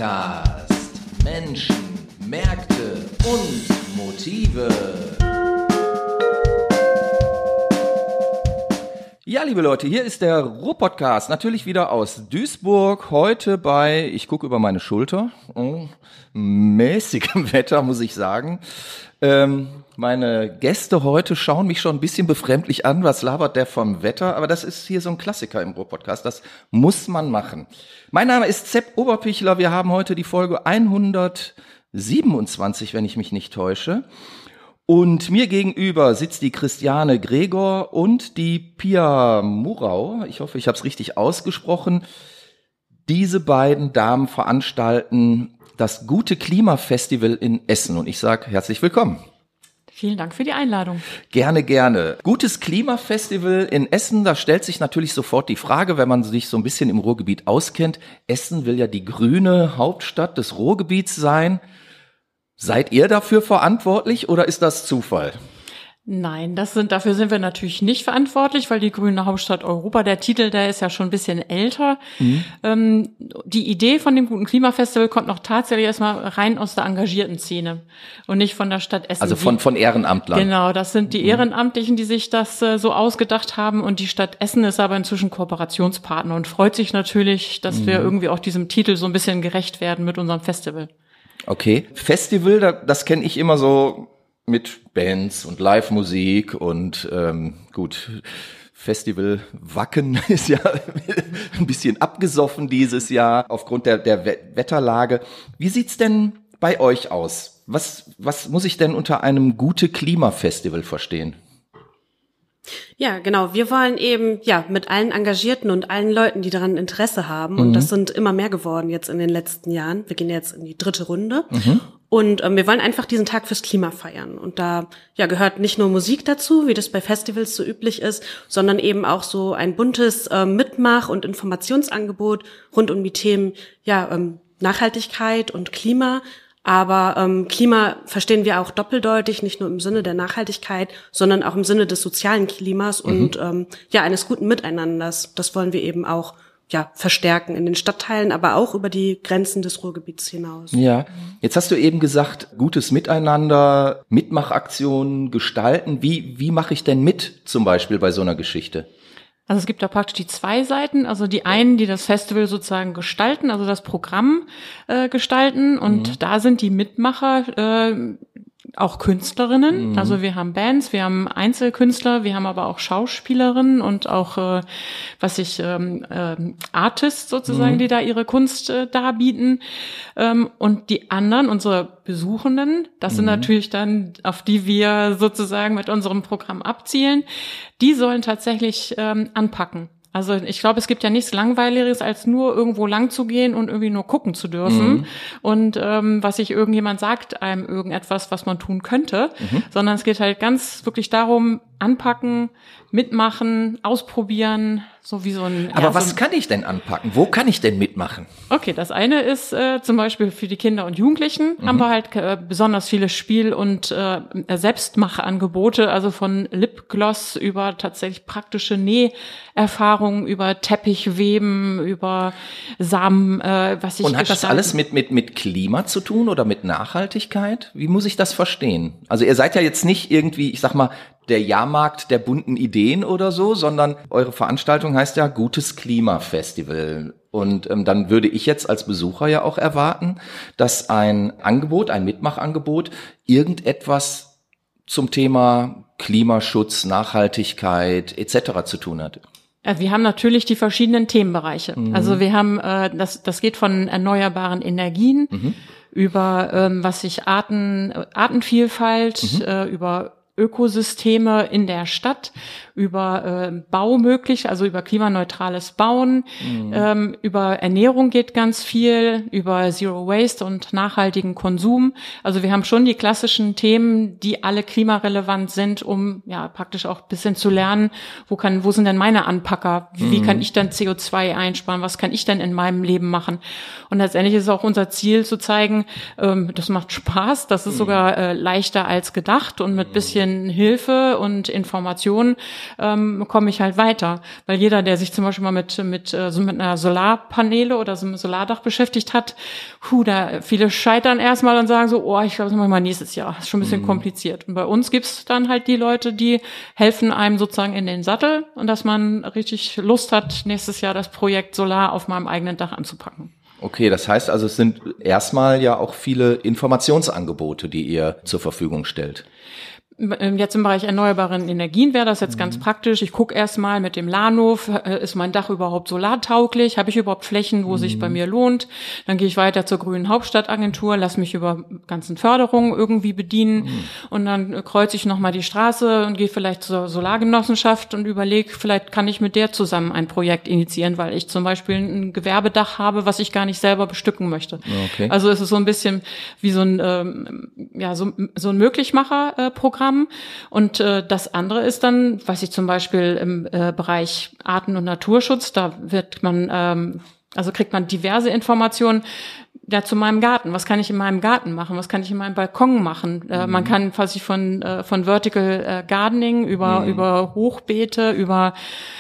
Podcast. Menschen, Märkte und Motive. Ja, liebe Leute, hier ist der Ruhr-Podcast, natürlich wieder aus Duisburg, heute bei, ich gucke über meine Schulter, mäßigem Wetter, muss ich sagen. Meine Gäste heute schauen mich schon ein bisschen befremdlich an, was labert der vom Wetter, aber das ist hier so ein Klassiker im Ruhr-Podcast, das muss man machen. Mein Name ist Sepp Oberpichler, wir haben heute die Folge 127, wenn ich mich nicht täusche. Und mir gegenüber sitzt die Christiane Gregor und die Pia Murau. Ich hoffe, ich habe es richtig ausgesprochen. Diese beiden Damen veranstalten das Gute Klima-Festival in Essen. Und ich sage herzlich willkommen. Vielen Dank für die Einladung. Gerne, gerne. Gutes Klima-Festival in Essen, da stellt sich natürlich sofort die Frage, wenn man sich so ein bisschen im Ruhrgebiet auskennt. Essen will ja die grüne Hauptstadt des Ruhrgebiets sein. Seid ihr dafür verantwortlich oder ist das Zufall? Nein, dafür sind wir natürlich nicht verantwortlich, weil die grüne Hauptstadt Europa, der Titel, der ist ja schon ein bisschen älter. Die Idee von dem Guten Klimafestival kommt noch tatsächlich erstmal rein aus der engagierten Szene und nicht von der Stadt Essen. Also von Ehrenamtlern. Genau, das sind die Ehrenamtlichen, die sich das so ausgedacht haben, und die Stadt Essen ist aber inzwischen Kooperationspartner und freut sich natürlich, dass wir irgendwie auch diesem Titel so ein bisschen gerecht werden mit unserem Festival. Okay, Festival, das kenne ich immer so mit Bands und Live-Musik und gut, Festival Wacken ist ja ein bisschen abgesoffen dieses Jahr aufgrund der Wetterlage. Wie sieht's denn bei euch aus? Was muss ich denn unter einem Gute-Klima-Festival verstehen? Ja, genau. Wir wollen eben mit allen Engagierten und allen Leuten, die daran Interesse haben, und das sind immer mehr geworden jetzt in den letzten Jahren. Wir gehen jetzt in die 3. Runde. Und wir wollen einfach diesen Tag fürs Klima feiern. Und da gehört nicht nur Musik dazu, wie das bei Festivals so üblich ist, sondern eben auch so ein buntes Mitmach- und Informationsangebot rund um die Themen Nachhaltigkeit und Klima. Aber Klima verstehen wir auch doppeldeutig, nicht nur im Sinne der Nachhaltigkeit, sondern auch im Sinne des sozialen Klimas und eines guten Miteinanders. Das wollen wir eben auch verstärken in den Stadtteilen, aber auch über die Grenzen des Ruhrgebiets hinaus. Ja, jetzt hast du eben gesagt, gutes Miteinander, Mitmachaktionen gestalten. Wie mache ich denn mit zum Beispiel bei so einer Geschichte? Also es gibt da praktisch die zwei Seiten, also die einen, die das Festival sozusagen gestalten, also das Programm gestalten, und da sind die Mitmacher auch Künstlerinnen. Also wir haben Bands, wir haben Einzelkünstler, wir haben aber auch Schauspielerinnen und auch Artists sozusagen, die da ihre Kunst darbieten. Und die anderen, unsere Besuchenden, das sind natürlich dann, auf die wir sozusagen mit unserem Programm abzielen, die sollen tatsächlich anpacken. Also ich glaube, es gibt ja nichts Langweiligeres, als nur irgendwo lang zu gehen und irgendwie nur gucken zu dürfen. Und was sich irgendjemand sagt, einem irgendetwas, was man tun könnte, sondern es geht halt ganz wirklich darum, anpacken, mitmachen, ausprobieren, so wie so ein... Aber was kann ich denn anpacken? Wo kann ich denn mitmachen? Okay, das eine ist zum Beispiel für die Kinder und Jugendlichen haben wir halt besonders viele Spiel- und Selbstmachangebote, also von Lipgloss über tatsächlich praktische Näherfahrungen, über Teppichweben, über Samen, was ich... Und hat das alles mit Klima zu tun oder mit Nachhaltigkeit? Wie muss ich das verstehen? Also ihr seid ja jetzt nicht irgendwie, ich sag mal, der Jahrmarkt der bunten Ideen oder so, sondern eure Veranstaltung heißt ja Gutes Klima-Festival. Und dann würde ich jetzt als Besucher ja auch erwarten, dass ein Mitmachangebot, irgendetwas zum Thema Klimaschutz, Nachhaltigkeit etc. zu tun hat. Wir haben natürlich die verschiedenen Themenbereiche. Also wir haben, das geht von erneuerbaren Energien über Artenvielfalt, über Ökosysteme in der Stadt, über also über klimaneutrales Bauen, über Ernährung geht ganz viel, über Zero Waste und nachhaltigen Konsum. Also wir haben schon die klassischen Themen, die alle klimarelevant sind, um praktisch auch ein bisschen zu lernen, wo sind denn meine Anpacker? Wie kann ich denn CO2 einsparen? Was kann ich denn in meinem Leben machen? Und letztendlich ist auch unser Ziel zu zeigen, das macht Spaß, das ist sogar leichter als gedacht, und mit bisschen bisschen Hilfe und Informationen komme ich halt weiter. Weil jeder, der sich zum Beispiel mal mit einer Solarpaneele oder so einem Solardach beschäftigt hat, da viele scheitern erstmal und sagen so, ich glaube, das machen wir mal nächstes Jahr. Das ist schon ein bisschen kompliziert. Und bei uns gibt's dann halt die Leute, die helfen einem sozusagen in den Sattel und dass man richtig Lust hat, nächstes Jahr das Projekt Solar auf meinem eigenen Dach anzupacken. Okay, das heißt also, es sind erstmal ja auch viele Informationsangebote, die ihr zur Verfügung stellt. Jetzt im Bereich erneuerbaren Energien wäre das jetzt ganz praktisch. Ich gucke erstmal mit dem Lahnhof, ist mein Dach überhaupt solartauglich? Habe ich überhaupt Flächen, wo sich bei mir lohnt? Dann gehe ich weiter zur Grünen Hauptstadtagentur, lass mich über ganzen Förderungen irgendwie bedienen und dann kreuze ich nochmal die Straße und gehe vielleicht zur Solargenossenschaft und überlege, vielleicht kann ich mit der zusammen ein Projekt initiieren, weil ich zum Beispiel ein Gewerbedach habe, was ich gar nicht selber bestücken möchte. Okay. Also es ist so ein bisschen wie so ein Möglichmacher-Programm. Und das andere ist dann, was ich zum Beispiel im Bereich Arten- und Naturschutz, da kriegt man diverse Informationen zu meinem Garten. Was kann ich in meinem Garten machen? Was kann ich in meinem Balkon machen? Man kann von Vertical Gardening über Hochbeete, über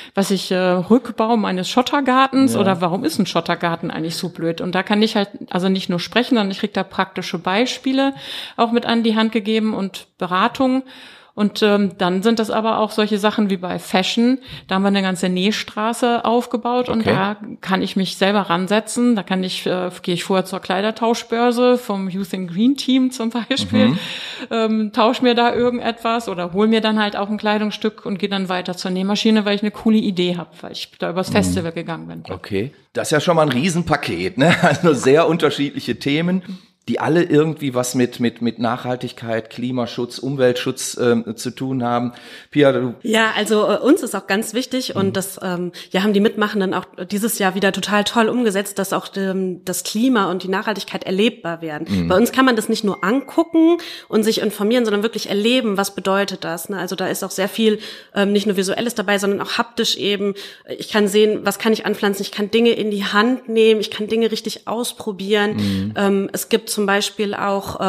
Rückbau meines Schottergartens oder warum ist ein Schottergarten eigentlich so blöd? Und da kann ich halt also nicht nur sprechen, sondern ich kriege da praktische Beispiele auch mit an die Hand gegeben und Beratung. Und dann sind das aber auch solche Sachen wie bei Fashion. Da haben wir eine ganze Nähstraße aufgebaut und da kann ich mich selber ransetzen. Da gehe ich vorher zur Kleidertauschbörse vom Youth in Green Team zum Beispiel, tausche mir da irgendetwas oder hol mir dann halt auch ein Kleidungsstück und gehe dann weiter zur Nähmaschine, weil ich eine coole Idee habe, weil ich da übers Festival gegangen bin. Okay, das ist ja schon mal ein Riesenpaket, ne? Also sehr unterschiedliche Themen, die alle irgendwie was mit Nachhaltigkeit, Klimaschutz, Umweltschutz zu tun haben. Pia, du... Ja, also uns ist auch ganz wichtig und das haben die Mitmachenden auch dieses Jahr wieder total toll umgesetzt, dass auch das Klima und die Nachhaltigkeit erlebbar werden. Bei uns kann man das nicht nur angucken und sich informieren, sondern wirklich erleben, was bedeutet das. Ne? Also da ist auch sehr viel nicht nur Visuelles dabei, sondern auch haptisch eben. Ich kann sehen, was kann ich anpflanzen, ich kann Dinge in die Hand nehmen, ich kann Dinge richtig ausprobieren. Es gibt zum Beispiel auch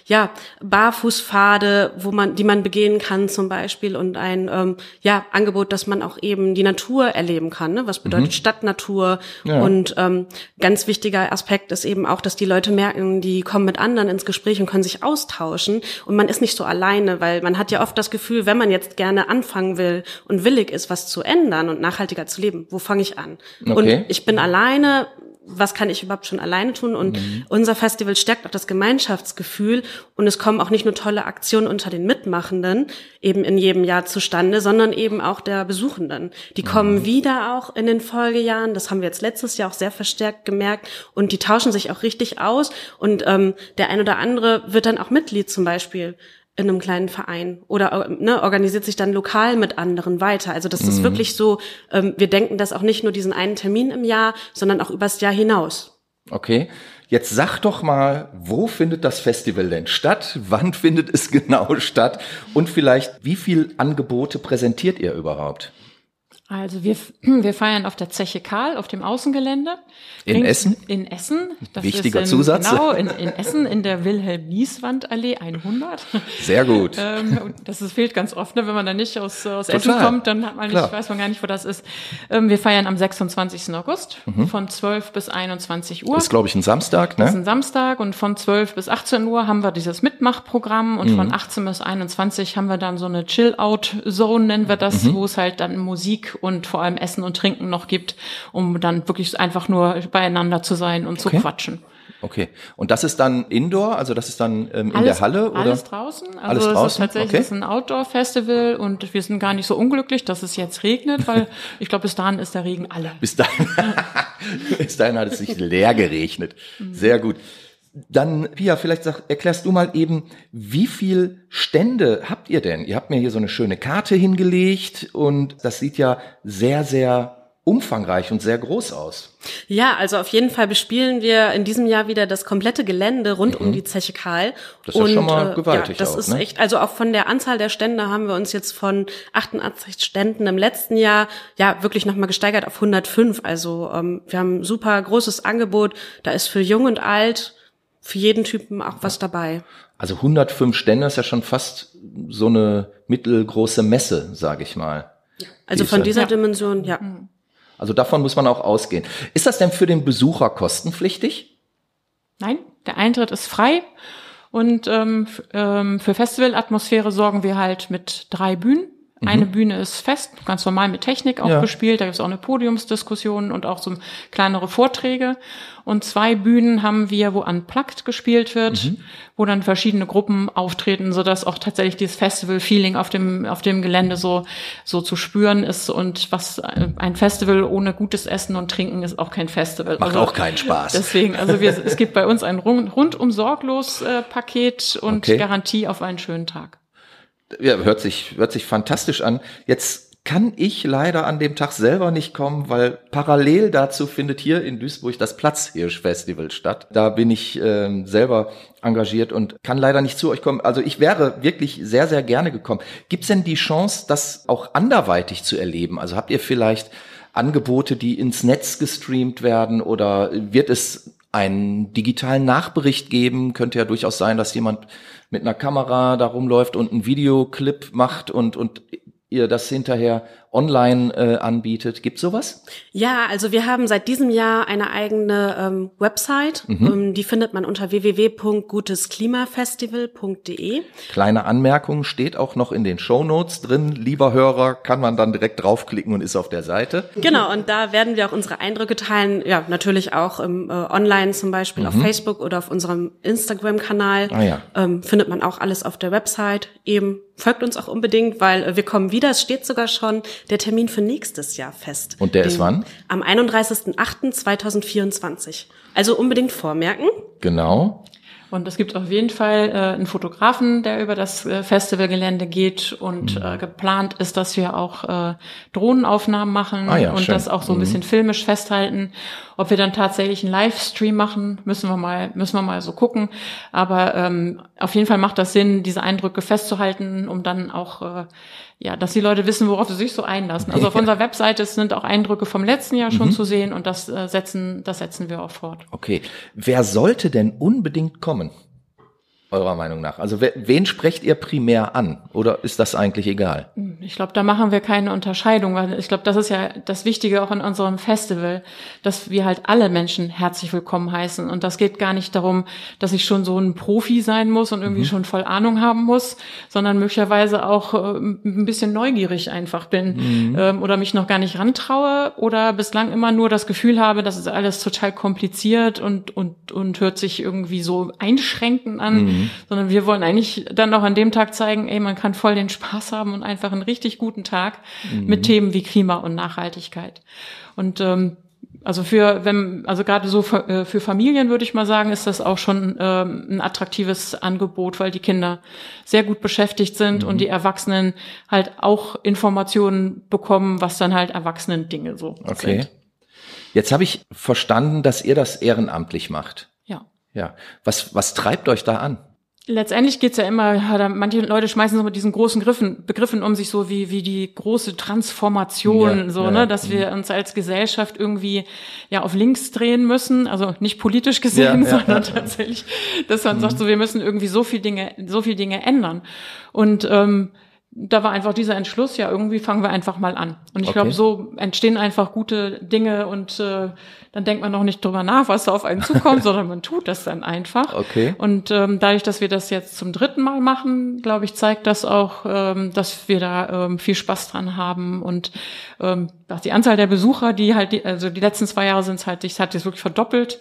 Barfußpfade, die man begehen kann zum Beispiel und ein Angebot, dass man auch eben die Natur erleben kann. Ne? Was bedeutet Stadtnatur? Ja. Und ganz wichtiger Aspekt ist eben auch, dass die Leute merken, die kommen mit anderen ins Gespräch und können sich austauschen und man ist nicht so alleine, weil man hat ja oft das Gefühl, wenn man jetzt gerne anfangen will und willig ist, was zu ändern und nachhaltiger zu leben, wo fange ich an? Okay. Und ich bin alleine. Was kann ich überhaupt schon alleine tun? Und unser Festival stärkt auch das Gemeinschaftsgefühl und es kommen auch nicht nur tolle Aktionen unter den Mitmachenden eben in jedem Jahr zustande, sondern eben auch der Besuchenden. Die kommen wieder auch in den Folgejahren, das haben wir jetzt letztes Jahr auch sehr verstärkt gemerkt und die tauschen sich auch richtig aus und der ein oder andere wird dann auch Mitglied zum Beispiel in einem kleinen Verein oder organisiert sich dann lokal mit anderen weiter. Also das ist wirklich so, wir denken das auch nicht nur diesen einen Termin im Jahr, sondern auch übers Jahr hinaus. Okay, jetzt sag doch mal, wo findet das Festival denn statt? Wann findet es genau statt? Und vielleicht, wie viel Angebote präsentiert ihr überhaupt? Also wir feiern auf der Zeche Karl auf dem Außengelände. In Essen? In Essen. Das Wichtiger ist Zusatz. Genau, in Essen in der Wilhelm-Nieswand-Allee 100. Sehr gut. Fehlt ganz oft, ne? Wenn man da nicht aus Essen kommt, dann weiß man gar nicht, wo das ist. Wir feiern am 26. August von 12 bis 21 Uhr. Das ist, glaube ich, ein Samstag, ne? Das ist ein Samstag und von 12 bis 18 Uhr haben wir dieses Mitmachprogramm und von 18 bis 21 haben wir dann so eine Chill-Out-Zone, nennen wir das, wo es halt dann Musik und vor allem Essen und Trinken noch gibt, um dann wirklich einfach nur beieinander zu sein und zu quatschen. Okay. Und das ist dann Indoor, also das ist dann in der Halle? Oder? Alles draußen. Also alles draußen? Es ist tatsächlich ein Outdoor-Festival und wir sind gar nicht so unglücklich, dass es jetzt regnet, weil ich glaube, bis dahin ist der Regen alle. Bis dahin hat es sich leer geregnet. Sehr gut. Dann, Pia, vielleicht erklärst du mal eben, wie viel Stände habt ihr denn? Ihr habt mir hier so eine schöne Karte hingelegt und das sieht ja sehr, sehr umfangreich und sehr groß aus. Ja, also auf jeden Fall bespielen wir in diesem Jahr wieder das komplette Gelände rund um die Zeche Karl. Das ist ja schon mal gewaltig. Das ist echt, also auch von der Anzahl der Stände haben wir uns jetzt von 88 Ständen im letzten Jahr wirklich nochmal gesteigert auf 105. Also wir haben ein super großes Angebot. Da ist für Jung und Alt, für jeden Typen auch was dabei. Also 105 Stände ist ja schon fast so eine mittelgroße Messe, sage ich mal. Also von dieser Dimension, ja. Also davon muss man auch ausgehen. Ist das denn für den Besucher kostenpflichtig? Nein, der Eintritt ist frei. Und für Festivalatmosphäre sorgen wir halt mit 3 Bühnen. Eine Bühne ist fest, ganz normal mit Technik auch gespielt. Da gibt es auch eine Podiumsdiskussion und auch so kleinere Vorträge. Und 2 Bühnen haben wir, wo unplugged gespielt wird, wo dann verschiedene Gruppen auftreten, sodass auch tatsächlich dieses Festival-Feeling auf dem Gelände so zu spüren ist. Und was ein Festival ohne gutes Essen und Trinken ist auch kein Festival. Macht auch keinen Spaß. Deswegen, es gibt bei uns ein rundum sorglos Paket und Garantie auf einen schönen Tag. Ja, hört sich fantastisch an. Jetzt kann ich leider an dem Tag selber nicht kommen, weil parallel dazu findet hier in Duisburg das Platzhirsch-Festival statt. Da bin ich selber engagiert und kann leider nicht zu euch kommen. Also ich wäre wirklich sehr, sehr gerne gekommen. Gibt's denn die Chance, das auch anderweitig zu erleben? Also habt ihr vielleicht Angebote, die ins Netz gestreamt werden, oder wird es einen digitalen Nachbericht geben? Könnte ja durchaus sein, dass jemand mit einer Kamera da rumläuft und einen Videoclip macht und ihr das hinterher online anbietet. Gibt's sowas? Ja, also wir haben seit diesem Jahr eine eigene Website. Die findet man unter www.gutesklimafestival.de. Kleine Anmerkung, steht auch noch in den Shownotes drin. Lieber Hörer, kann man dann direkt draufklicken und ist auf der Seite. Genau, und da werden wir auch unsere Eindrücke teilen. Ja, natürlich auch online, zum Beispiel auf Facebook oder auf unserem Instagram-Kanal. Findet man auch alles auf der Website. Eben folgt uns auch unbedingt, weil wir kommen wieder. Es steht sogar schon der Termin für nächstes Jahr fest. Und der ist wann? Am 31.08.2024. Also unbedingt vormerken. Genau. Und es gibt auf jeden Fall einen Fotografen, der über das Festivalgelände geht, und geplant ist, dass wir auch Drohnenaufnahmen machen und schön. Das auch so ein bisschen filmisch festhalten. Ob wir dann tatsächlich einen Livestream machen, müssen wir mal so gucken. Aber auf jeden Fall macht das Sinn, diese Eindrücke festzuhalten, um dann auch dass die Leute wissen, worauf sie sich so einlassen. Also auf unserer Webseite sind auch Eindrücke vom letzten Jahr schon zu sehen, und das setzen wir auch fort. Okay. Wer sollte denn unbedingt kommen, eurer Meinung nach? Also wen sprecht ihr primär an, oder ist das eigentlich egal? Ich glaube, da machen wir keine Unterscheidung, weil ich glaube, das ist ja das Wichtige auch in unserem Festival, dass wir halt alle Menschen herzlich willkommen heißen. Und das geht gar nicht darum, dass ich schon so ein Profi sein muss und irgendwie schon voll Ahnung haben muss, sondern möglicherweise auch ein bisschen neugierig einfach bin oder mich noch gar nicht rantraue oder bislang immer nur das Gefühl habe, das ist alles total kompliziert und hört sich irgendwie so einschränkend an. Sondern wir wollen eigentlich dann auch an dem Tag zeigen, man kann voll den Spaß haben und einfach einen richtig guten Tag mit Themen wie Klima und Nachhaltigkeit. Und also gerade so für Familien würde ich mal sagen, ist das auch schon ein attraktives Angebot, weil die Kinder sehr gut beschäftigt sind und die Erwachsenen halt auch Informationen bekommen, was dann halt Erwachsenen-Dinge so sind. Jetzt habe ich verstanden, dass ihr das ehrenamtlich macht. Ja. Was treibt euch da an? Letztendlich geht's ja immer, manche Leute schmeißen so mit diesen großen Begriffen um sich, so wie die große Transformation, dass wir uns als Gesellschaft irgendwie auf links drehen müssen, also nicht politisch gesehen, sondern tatsächlich, dass man sagt, so wir müssen irgendwie so viel Dinge ändern. Und da war einfach dieser Entschluss, irgendwie fangen wir einfach mal an. Und ich glaube, so entstehen einfach gute Dinge, und dann denkt man noch nicht drüber nach, was da auf einen zukommt, sondern man tut das dann einfach. Und dadurch, dass wir das jetzt zum 3. Mal machen, glaube ich, zeigt das auch, dass wir da viel Spaß dran haben. Und die Anzahl der Besucher, die letzten 2 Jahre sind es halt, sich hat jetzt wirklich verdoppelt,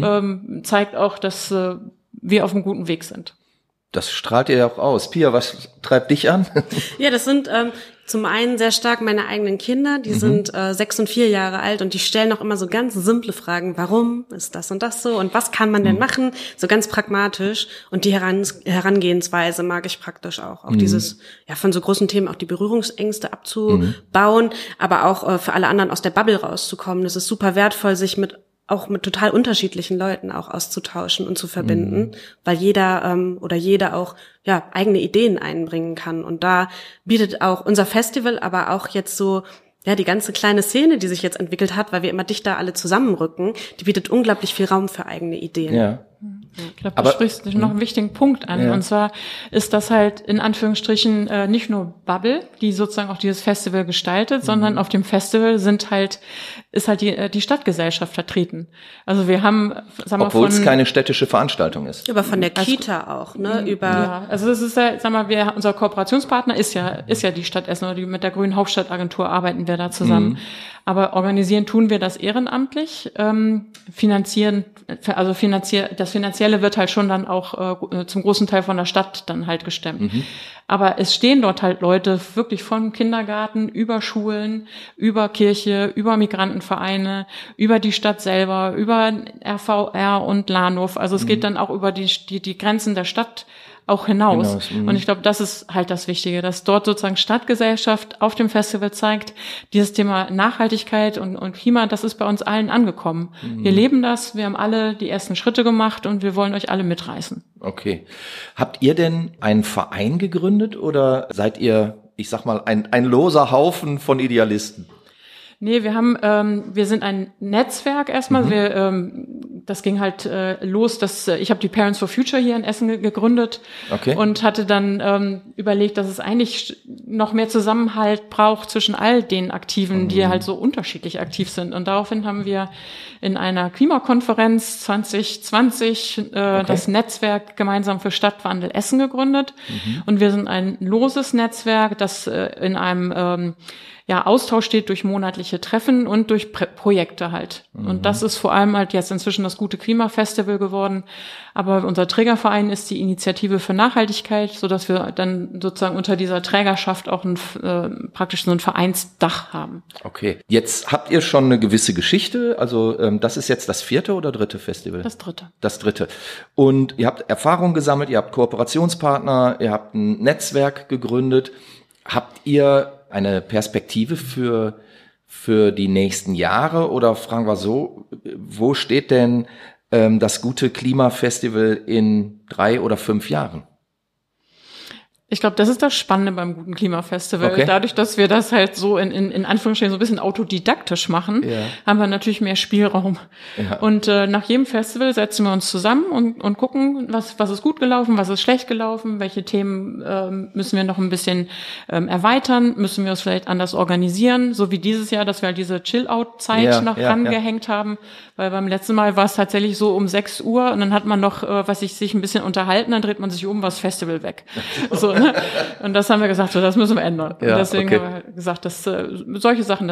zeigt auch, dass wir auf einem guten Weg sind. Das strahlt ihr ja auch aus. Pia, was treibt dich an? Ja, das sind zum einen sehr stark meine eigenen Kinder. Die sind 6 und 4 Jahre alt, und die stellen auch immer so ganz simple Fragen. Warum ist das und das so? Und was kann man denn machen? So ganz pragmatisch. Und die Herangehensweise mag ich praktisch auch. Auch dieses, von so großen Themen auch die Berührungsängste abzubauen, aber auch für alle anderen aus der Bubble rauszukommen. Das ist super wertvoll, sich mit total unterschiedlichen Leuten auch auszutauschen und zu verbinden, weil jeder auch eigene Ideen einbringen kann. Und da bietet auch unser Festival, aber auch jetzt so die ganze kleine Szene, die sich jetzt entwickelt hat, weil wir immer dichter alle zusammenrücken, die bietet unglaublich viel Raum für eigene Ideen. Ja. Ich glaube, du sprichst noch einen wichtigen Punkt an. Und zwar ist das halt in Anführungsstrichen nicht nur Bubble, die sozusagen auch dieses Festival gestaltet, sondern auf dem Festival ist halt die Stadtgesellschaft vertreten. Also wir haben, sagen wir, obwohl es keine städtische Veranstaltung ist. Aber von der Kita auch, ne? Ja, also es ist ja, sagen wir, unser Kooperationspartner ist ja die Stadt Essen, oder mit der Grünen Hauptstadtagentur arbeiten wir da zusammen. Aber organisieren tun wir das ehrenamtlich, das Finanzielle wird halt schon dann auch zum großen Teil von der Stadt dann halt gestemmt. Aber es stehen dort halt Leute wirklich vom Kindergarten über Schulen, über Kirche, über Migrantenvereine, über die Stadt selber, über RVR und Lahnhof. Also es geht dann auch über die Grenzen der Stadt auch hinaus. Und ich glaube, das ist halt das Wichtige, dass dort sozusagen Stadtgesellschaft auf dem Festival zeigt, dieses Thema Nachhaltigkeit und Klima, das ist bei uns allen angekommen. Wir leben das, wir haben alle die ersten Schritte gemacht und wir wollen euch alle mitreißen. Okay. Habt ihr denn einen Verein gegründet oder seid ihr, ich sag mal, ein loser Haufen von Idealisten? Nee, wir sind ein Netzwerk erstmal. Das ging halt los, ich habe die Parents for Future hier in Essen gegründet und hatte dann überlegt, dass es eigentlich noch mehr Zusammenhalt braucht zwischen all den Aktiven, die halt so unterschiedlich aktiv sind. Und daraufhin haben wir in einer Klimakonferenz 2020 das Netzwerk Gemeinsam für Stadtwandel Essen gegründet. Und wir sind ein loses Netzwerk, das in einem Austausch steht durch monatliche Treffen und durch Projekte halt. Und das ist vor allem halt jetzt inzwischen das Gute Klimafestival geworden. Aber unser Trägerverein ist die Initiative für Nachhaltigkeit, so dass wir dann sozusagen unter dieser Trägerschaft auch praktisch so ein Vereinsdach haben. Okay. Jetzt habt ihr schon eine gewisse Geschichte. Also das ist jetzt das 4. oder 3. Festival? Das 3. Das 3. Und ihr habt Erfahrung gesammelt, ihr habt Kooperationspartner, ihr habt ein Netzwerk gegründet. Habt ihr eine Perspektive für die nächsten Jahre oder fragen wir so, wo steht denn das Gute Klimafestival in 3 oder 5 Jahren? Ich glaube, das ist das Spannende beim Guten Klimafestival. Dadurch, dass wir das halt so in Anführungsstrichen so ein bisschen autodidaktisch machen, haben wir natürlich mehr Spielraum. Ja. Und nach jedem Festival setzen wir uns zusammen und gucken, was ist gut gelaufen, was ist schlecht gelaufen, welche Themen müssen wir noch ein bisschen erweitern, müssen wir uns vielleicht anders organisieren, so wie dieses Jahr, dass wir halt diese Chill-Out-Zeit rangehängt haben, weil beim letzten Mal war es tatsächlich so um 6 Uhr und dann hat man noch, sich ein bisschen unterhalten, dann dreht man sich um, was Festival weg. So, ne? Und das haben wir gesagt, so, das müssen wir ändern. Und deswegen haben wir gesagt, dass solche Sachen,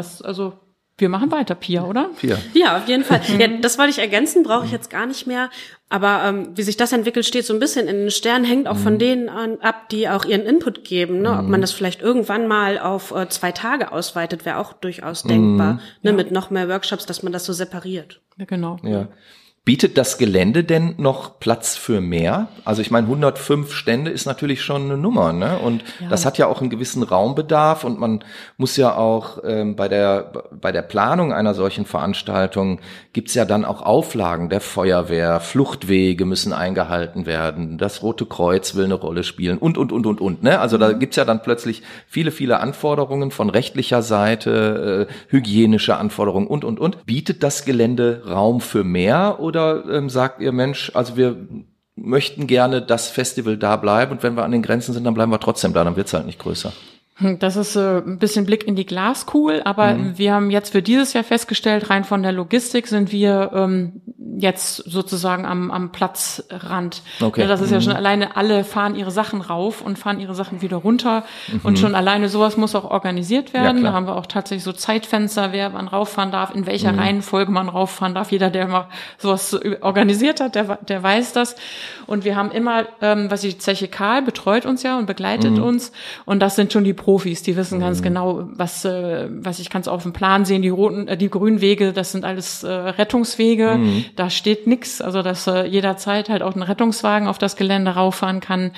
wir machen weiter, Pia, oder? Pia. Ja, auf jeden Fall. Ja, das wollte ich ergänzen, brauche ich jetzt gar nicht mehr. Aber wie sich das entwickelt, steht so ein bisschen in den Sternen, hängt auch von denen ab, die auch ihren Input geben. Ne? Ob man das vielleicht irgendwann mal auf 2 Tage ausweitet, wäre auch durchaus denkbar. Ne? Mit noch mehr Workshops, dass man das so separiert. Ja, genau. Ja. Bietet das Gelände denn noch Platz für mehr? Also ich meine, 105 Stände ist natürlich schon eine Nummer, ne? Und das hat ja auch einen gewissen Raumbedarf und man muss ja auch bei der Planung einer solchen Veranstaltung gibt's ja dann auch Auflagen der Feuerwehr, Fluchtwege müssen eingehalten werden, das Rote Kreuz will eine Rolle spielen und, ne? Also da gibt's ja dann plötzlich viele Anforderungen von rechtlicher Seite, hygienische Anforderungen und. Bietet das Gelände Raum für mehr oder sagt ihr, Mensch, also wir möchten gerne das Festival da bleiben und wenn wir an den Grenzen sind, dann bleiben wir trotzdem da, dann wird's halt nicht größer. Das ist ein bisschen Blick in die Glaskugel, aber wir haben jetzt für dieses Jahr festgestellt, rein von der Logistik sind wir jetzt sozusagen am Platzrand. Okay. Das ist ja schon alleine, alle fahren ihre Sachen rauf und fahren ihre Sachen wieder runter und schon alleine sowas muss auch organisiert werden. Da haben wir auch tatsächlich so Zeitfenster, wer wann rauffahren darf, in welcher Reihenfolge man rauffahren darf. Jeder, der mal sowas organisiert hat, der weiß das. Und wir haben immer, die Zeche Karl betreut uns ja und begleitet uns und das sind schon die Profis, die wissen ganz genau, was ich kann es auf dem Plan sehen, die grünen Wege, das sind alles Rettungswege, da steht nix, also dass jederzeit halt auch ein Rettungswagen auf das Gelände rauffahren kann.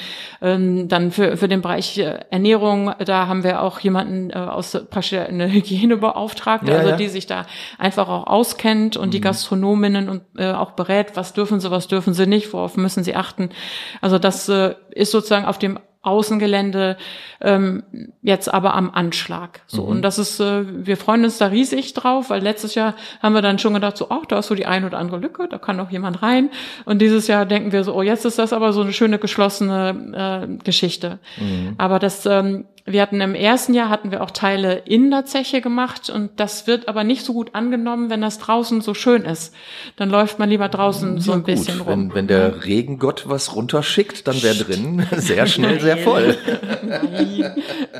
Dann für den Bereich Ernährung, da haben wir auch jemanden praktisch eine Hygienebeauftragte, die sich da einfach auch auskennt und die Gastronominnen und auch berät, was dürfen sie nicht, worauf müssen sie achten. Also das ist sozusagen auf dem Außengelände, jetzt aber am Anschlag. So, und das ist, wir freuen uns da riesig drauf, weil letztes Jahr haben wir dann schon gedacht, so, da ist so die ein oder andere Lücke, da kann noch jemand rein. Und dieses Jahr denken wir so, jetzt ist das aber so eine schöne geschlossene Geschichte. Aber das, wir hatten im ersten Jahr hatten wir auch Teile in der Zeche gemacht und das wird aber nicht so gut angenommen, wenn das draußen so schön ist. Dann läuft man lieber draußen so ein bisschen rum. Wenn der Regengott was runterschickt, dann wäre drin sehr schnell sehr voll. Nein.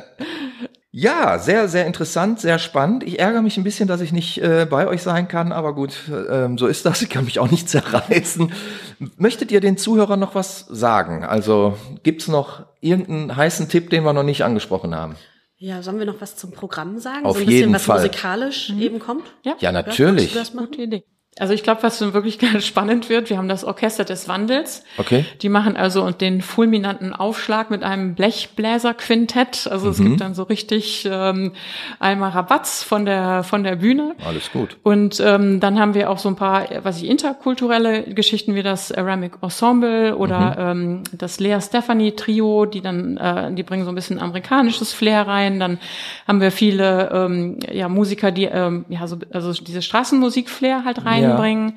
Ja, sehr, sehr interessant, sehr spannend. Ich ärgere mich ein bisschen, dass ich nicht bei euch sein kann, aber gut, so ist das. Ich kann mich auch nicht zerreißen. Möchtet ihr den Zuhörern noch was sagen? Also gibt's noch irgendeinen heißen Tipp, den wir noch nicht angesprochen haben? Ja, sollen wir noch was zum Programm sagen? Auf so ein bisschen, jeden was Fall. musikalisch eben kommt? Ja, natürlich. Das machen? Gute Idee. Also ich glaube, was wirklich ganz spannend wird, wir haben das Orchester des Wandels. Okay. Die machen also den fulminanten Aufschlag mit einem Blechbläserquintett. Also es gibt dann so richtig einmal Rabatz von der Bühne. Alles gut. Und dann haben wir auch so ein paar, interkulturelle Geschichten wie das Aramic Ensemble oder das Lea Stephanie Trio, die dann, die bringen so ein bisschen amerikanisches Flair rein. Dann haben wir viele Musiker, die also diese Straßenmusik-Flair halt reinbringen.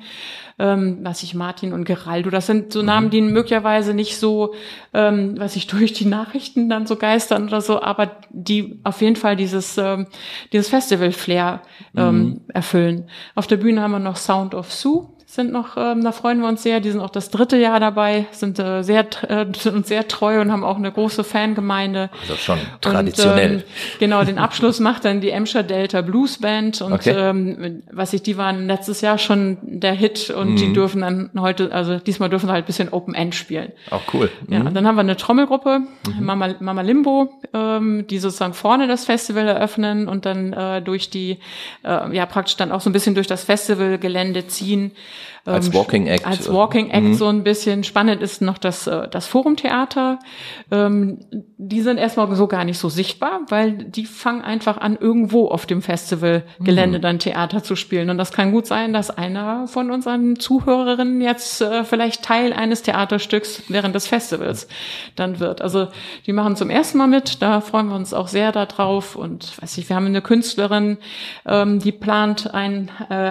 Martin und Geraldo, das sind so Namen, die möglicherweise nicht so, durch die Nachrichten dann so geistern oder so, aber die auf jeden Fall dieses Festival-Flair erfüllen. Auf der Bühne haben wir noch Sound of Sioux. Sind noch, da freuen wir uns sehr, die sind auch das 3. Jahr dabei, sind sehr treu und haben auch eine große Fangemeinde. Also schon traditionell. Und, genau, den Abschluss macht dann die Emscher Delta Blues Band und die waren letztes Jahr schon der Hit und die dürfen dann diesmal dürfen sie halt ein bisschen Open End spielen. Auch cool. Ja, und dann haben wir eine Trommelgruppe, Mama Limbo, die sozusagen vorne das Festival eröffnen und dann durch die, praktisch dann auch so ein bisschen durch das Festivalgelände ziehen. Als Walking Act. Als Walking Act so ein bisschen spannend ist noch das Forumtheater. Die sind erstmal so gar nicht so sichtbar, weil die fangen einfach an, irgendwo auf dem Festivalgelände dann Theater zu spielen. Und das kann gut sein, dass einer von unseren Zuhörerinnen jetzt vielleicht Teil eines Theaterstücks während des Festivals dann wird. Also die machen zum ersten Mal mit, da freuen wir uns auch sehr darauf. Und wir haben eine Künstlerin, die plant einen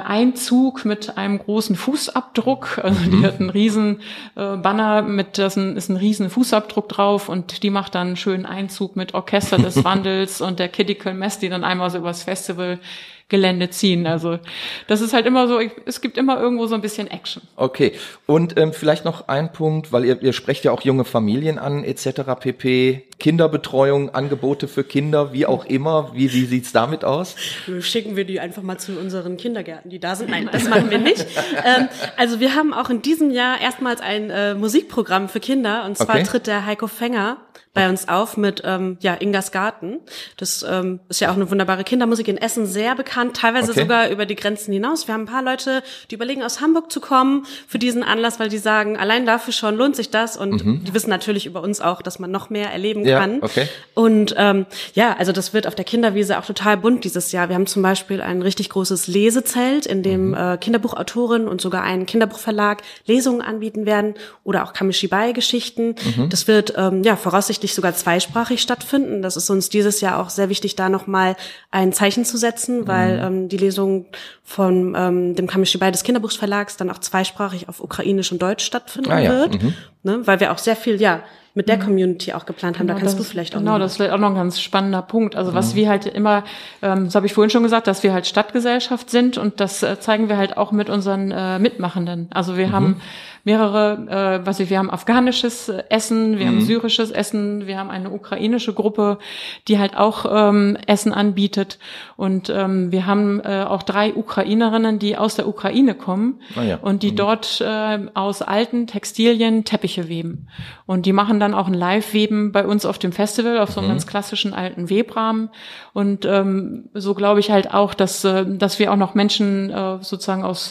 Einzug mit einem großen Fußabdruck. Also die hat einen riesen Banner ist ein riesen Fußabdruck drauf und die macht dann einen schönen Einzug mit Orchester des Wandels und der Critical Mass, die dann einmal so übers Festivalgelände ziehen. Also das ist halt immer so, es gibt immer irgendwo so ein bisschen Action. Okay, und vielleicht noch ein Punkt, weil ihr sprecht ja auch junge Familien an etc. pp. Kinderbetreuung, Angebote für Kinder, wie auch immer. Wie sieht's damit aus? Schicken wir die einfach mal zu unseren Kindergärten, die da sind. Nein, das machen wir nicht. Also wir haben auch in diesem Jahr erstmals ein Musikprogramm für Kinder und zwar tritt der Heiko Fänger bei uns auf mit Ingas Garten. Das ist ja auch eine wunderbare Kindermusik in Essen, sehr bekannt, teilweise sogar über die Grenzen hinaus. Wir haben ein paar Leute, die überlegen, aus Hamburg zu kommen für diesen Anlass, weil die sagen, allein dafür schon lohnt sich das und die wissen natürlich über uns auch, dass man noch mehr erleben kann. Okay. Und also das wird auf der Kinderwiese auch total bunt dieses Jahr. Wir haben zum Beispiel ein richtig großes Lesezelt, in dem Kinderbuchautorinnen und sogar ein Kinderbuchverlag Lesungen anbieten werden oder auch Kamishibai-Geschichten. Das wird voraussichtlich sogar zweisprachig stattfinden. Das ist uns dieses Jahr auch sehr wichtig, da nochmal ein Zeichen zu setzen, weil die Lesung von dem Kamishibai des Kinderbuchverlags dann auch zweisprachig auf Ukrainisch und Deutsch stattfinden wird. Ne? Weil wir auch sehr viel, mit der Community auch geplant haben. Da kannst du vielleicht auch noch. Genau, das ist vielleicht auch noch ein ganz spannender Punkt. Also was wir halt immer, das habe ich vorhin schon gesagt, dass wir halt Stadtgesellschaft sind und das zeigen wir halt auch mit unseren Mitmachenden. Also wir haben mehrere, wir haben afghanisches Essen, wir haben syrisches Essen, wir haben eine ukrainische Gruppe, die halt auch Essen anbietet und wir haben auch 3 Ukrainerinnen, die aus der Ukraine kommen und die dort aus alten Textilien Teppiche weben und die machen dann auch ein Live-Weben bei uns auf dem Festival, auf so einem ganz klassischen alten Webrahmen und so glaube ich halt auch, dass wir auch noch Menschen sozusagen aus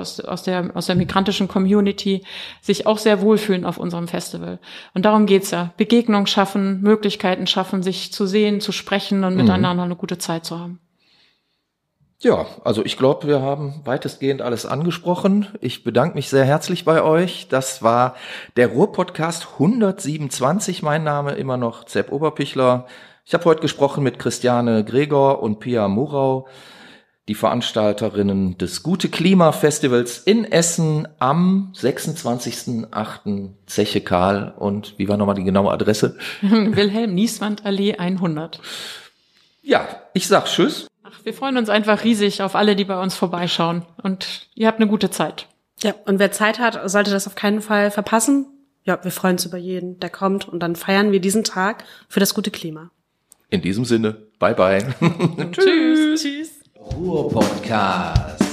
der migrantischen Community sich auch sehr wohlfühlen auf unserem Festival. Und darum geht's ja. Begegnung schaffen, Möglichkeiten schaffen, sich zu sehen, zu sprechen und miteinander eine gute Zeit zu haben. Ja, also ich glaube, wir haben weitestgehend alles angesprochen. Ich bedanke mich sehr herzlich bei euch. Das war der Ruhr-Podcast 127. Mein Name immer noch Sepp Oberpichler. Ich habe heute gesprochen mit Christiane Gregor und Pia Murau, die Veranstalterinnen des Gute-Klima-Festivals in Essen am 26.08. Zeche Karl. Und wie war nochmal die genaue Adresse? Wilhelm-Nieswand-Allee 100. Ja, ich sag Tschüss. Wir freuen uns einfach riesig auf alle, die bei uns vorbeischauen. Und ihr habt eine gute Zeit. Ja, und wer Zeit hat, sollte das auf keinen Fall verpassen. Ja, wir freuen uns über jeden, der kommt. Und dann feiern wir diesen Tag für das gute Klima. In diesem Sinne, bye bye. Tschüss. Ruhr-Podcast.